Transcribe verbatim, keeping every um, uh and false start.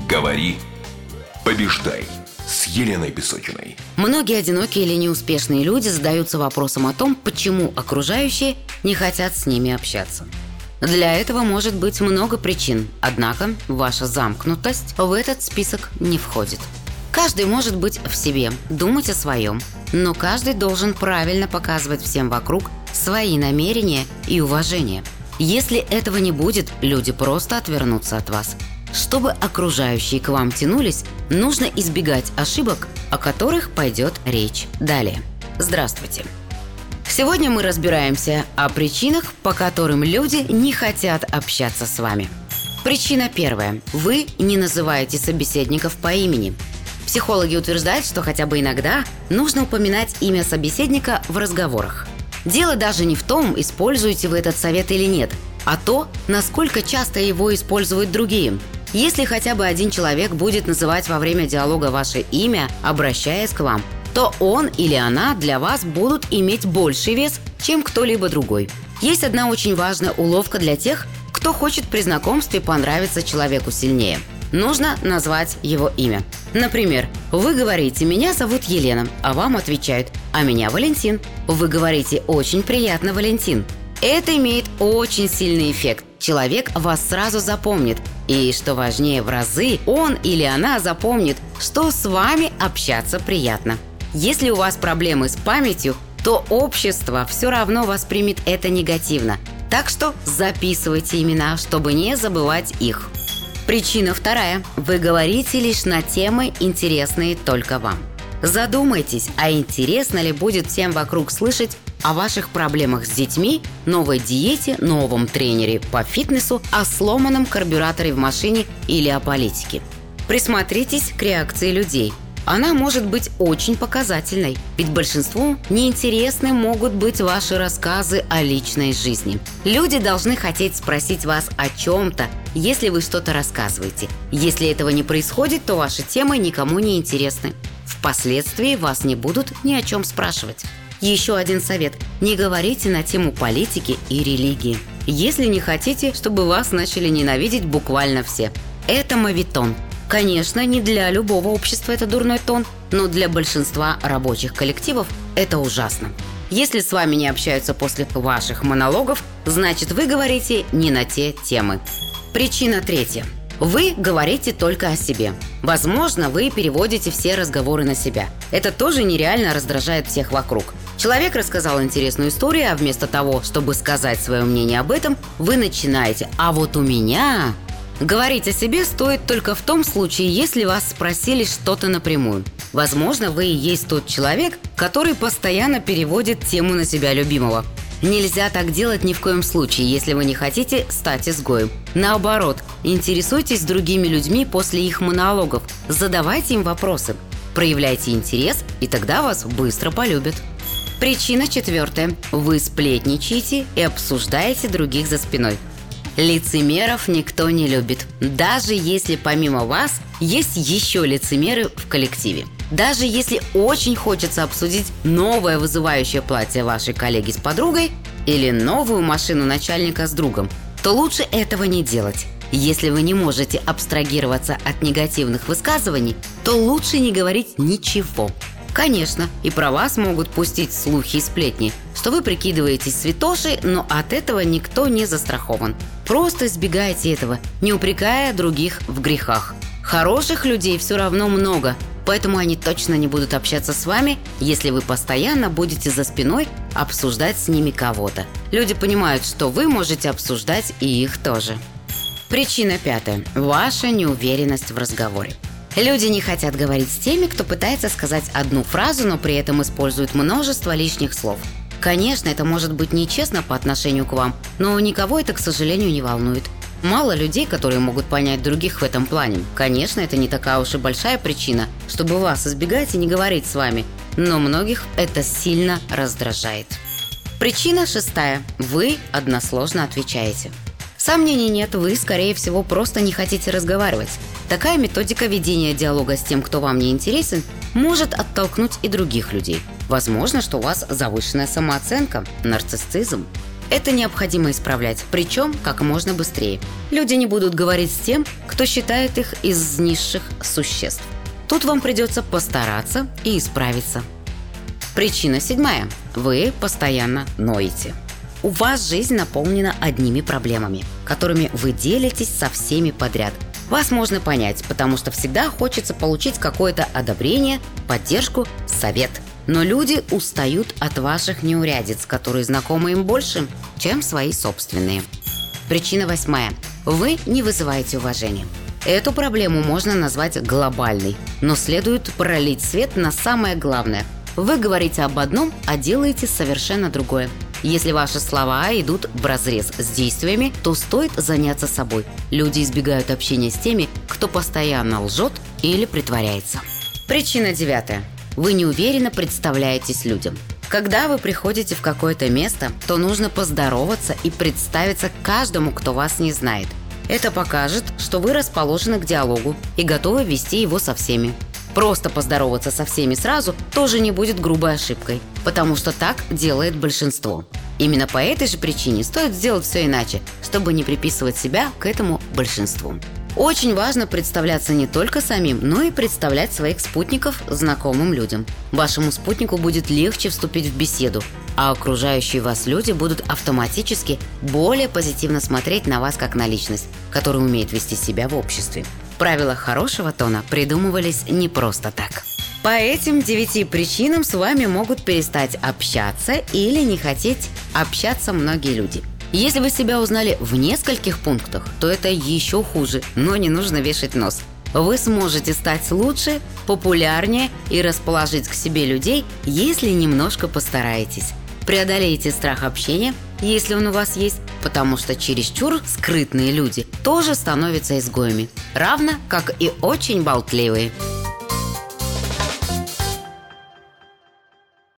Говори, побеждай с Еленой Песочиной. Многие одинокие или неуспешные люди задаются вопросом о том, почему окружающие не хотят с ними общаться. Для этого может быть много причин, однако ваша замкнутость в этот список не входит. Каждый может быть в себе, думать о своем, но каждый должен правильно показывать всем вокруг свои намерения и уважение. Если этого не будет, люди просто отвернутся от вас. Чтобы окружающие к вам тянулись, нужно избегать ошибок, о которых пойдет речь далее. Здравствуйте! Сегодня мы разбираемся о причинах, по которым люди не хотят общаться с вами. Причина первая. Вы не называете собеседников по имени. Психологи утверждают, что хотя бы иногда нужно упоминать имя собеседника в разговорах. Дело даже не в том, используете вы этот совет или нет, а то, насколько часто его используют другие. Если хотя бы один человек будет называть во время диалога ваше имя, обращаясь к вам, то он или она для вас будут иметь больший вес, чем кто-либо другой. Есть одна очень важная уловка для тех, кто хочет при знакомстве понравиться человеку сильнее. Нужно назвать его имя. Например, вы говорите «Меня зовут Елена», а вам отвечают «А меня Валентин». Вы говорите «Очень приятно, Валентин». Это имеет очень сильный эффект. Человек вас сразу запомнит. И, что важнее в разы, он или она запомнит, что с вами общаться приятно. Если у вас проблемы с памятью, то общество все равно воспримет это негативно. Так что записывайте имена, чтобы не забывать их. Причина вторая. Вы говорите лишь на темы, интересные только вам. Задумайтесь, а интересно ли будет всем вокруг слышать о ваших проблемах с детьми, новой диете, новом тренере по фитнесу, о сломанном карбюраторе в машине или о политике. Присмотритесь к реакции людей. Она может быть очень показательной, ведь большинству неинтересны могут быть ваши рассказы о личной жизни. Люди должны хотеть спросить вас о чем-то, если вы что-то рассказываете. Если этого не происходит, то ваши темы никому не интересны. Впоследствии вас не будут ни о чем спрашивать. Еще один совет. Не говорите на тему политики и религии, если не хотите, чтобы вас начали ненавидеть буквально все. Это моветон. Конечно, не для любого общества это дурной тон, но для большинства рабочих коллективов это ужасно. Если с вами не общаются после ваших монологов, значит, вы говорите не на те темы. Причина третья. Вы говорите только о себе. Возможно, вы переводите все разговоры на себя. Это тоже нереально раздражает всех вокруг. Человек рассказал интересную историю, а вместо того, чтобы сказать свое мнение об этом, вы начинаете «А вот у меня…» Говорить о себе стоит только в том случае, если вас спросили что-то напрямую. Возможно, вы и есть тот человек, который постоянно переводит тему на себя любимого. Нельзя так делать ни в коем случае, если вы не хотите стать изгоем. Наоборот, интересуйтесь другими людьми после их монологов, задавайте им вопросы, проявляйте интерес, и тогда вас быстро полюбят. Причина четвертая. Вы сплетничаете и обсуждаете других за спиной. Лицемеров никто не любит, даже если помимо вас есть еще лицемеры в коллективе. Даже если очень хочется обсудить новое вызывающее платье вашей коллеги с подругой или новую машину начальника с другом, то лучше этого не делать. Если вы не можете абстрагироваться от негативных высказываний, то лучше не говорить ничего. Конечно, и про вас могут пустить слухи и сплетни, что вы прикидываетесь святошей, но от этого никто не застрахован. Просто избегайте этого, не упрекая других в грехах. Хороших людей все равно много, поэтому они точно не будут общаться с вами, если вы постоянно будете за спиной обсуждать с ними кого-то. Люди понимают, что вы можете обсуждать и их тоже. Причина пятая. Ваша неуверенность в разговоре. Люди не хотят говорить с теми, кто пытается сказать одну фразу, но при этом использует множество лишних слов. Конечно, это может быть нечестно по отношению к вам, но никого это, к сожалению, не волнует. Мало людей, которые могут понять других в этом плане. Конечно, это не такая уж и большая причина, чтобы вас избегать и не говорить с вами, но многих это сильно раздражает. Причина шестая. Вы односложно отвечаете. Сомнений нет, вы, скорее всего, просто не хотите разговаривать. Такая методика ведения диалога с тем, кто вам не интересен, может оттолкнуть и других людей. Возможно, что у вас завышенная самооценка, нарциссизм. Это необходимо исправлять, причем как можно быстрее. Люди не будут говорить с тем, кто считает их из низших существ. Тут вам придется постараться и исправиться. Причина седьмая. Вы постоянно ноете. У вас жизнь наполнена одними проблемами, которыми вы делитесь со всеми подряд. Вас можно понять, потому что всегда хочется получить какое-то одобрение, поддержку, совет. Но люди устают от ваших неурядиц, которые знакомы им больше, чем свои собственные. Причина восьмая. Вы не вызываете уважения. Эту проблему можно назвать глобальной, но следует пролить свет на самое главное. Вы говорите об одном, а делаете совершенно другое. Если ваши слова идут вразрез с действиями, то стоит заняться собой. Люди избегают общения с теми, кто постоянно лжет или притворяется. Причина девятая. Вы неуверенно представляетесь людям. Когда вы приходите в какое-то место, то нужно поздороваться и представиться каждому, кто вас не знает. Это покажет, что вы расположены к диалогу и готовы вести его со всеми. Просто поздороваться со всеми сразу тоже не будет грубой ошибкой, потому что так делает большинство. Именно по этой же причине стоит сделать все иначе, чтобы не приписывать себя к этому большинству. Очень важно представляться не только самим, но и представлять своих спутников знакомым людям. Вашему спутнику будет легче вступить в беседу, а окружающие вас люди будут автоматически более позитивно смотреть на вас как на личность, которая умеет вести себя в обществе. Правила хорошего тона придумывались не просто так. По этим девяти причинам с вами могут перестать общаться или не хотеть общаться многие люди. Если вы себя узнали в нескольких пунктах, то это еще хуже, но не нужно вешать нос. Вы сможете стать лучше, популярнее и расположить к себе людей, если немножко постараетесь. Преодолейте страх общения, если он у вас есть, потому что чересчур скрытные люди тоже становятся изгоями, равно как и очень болтливые.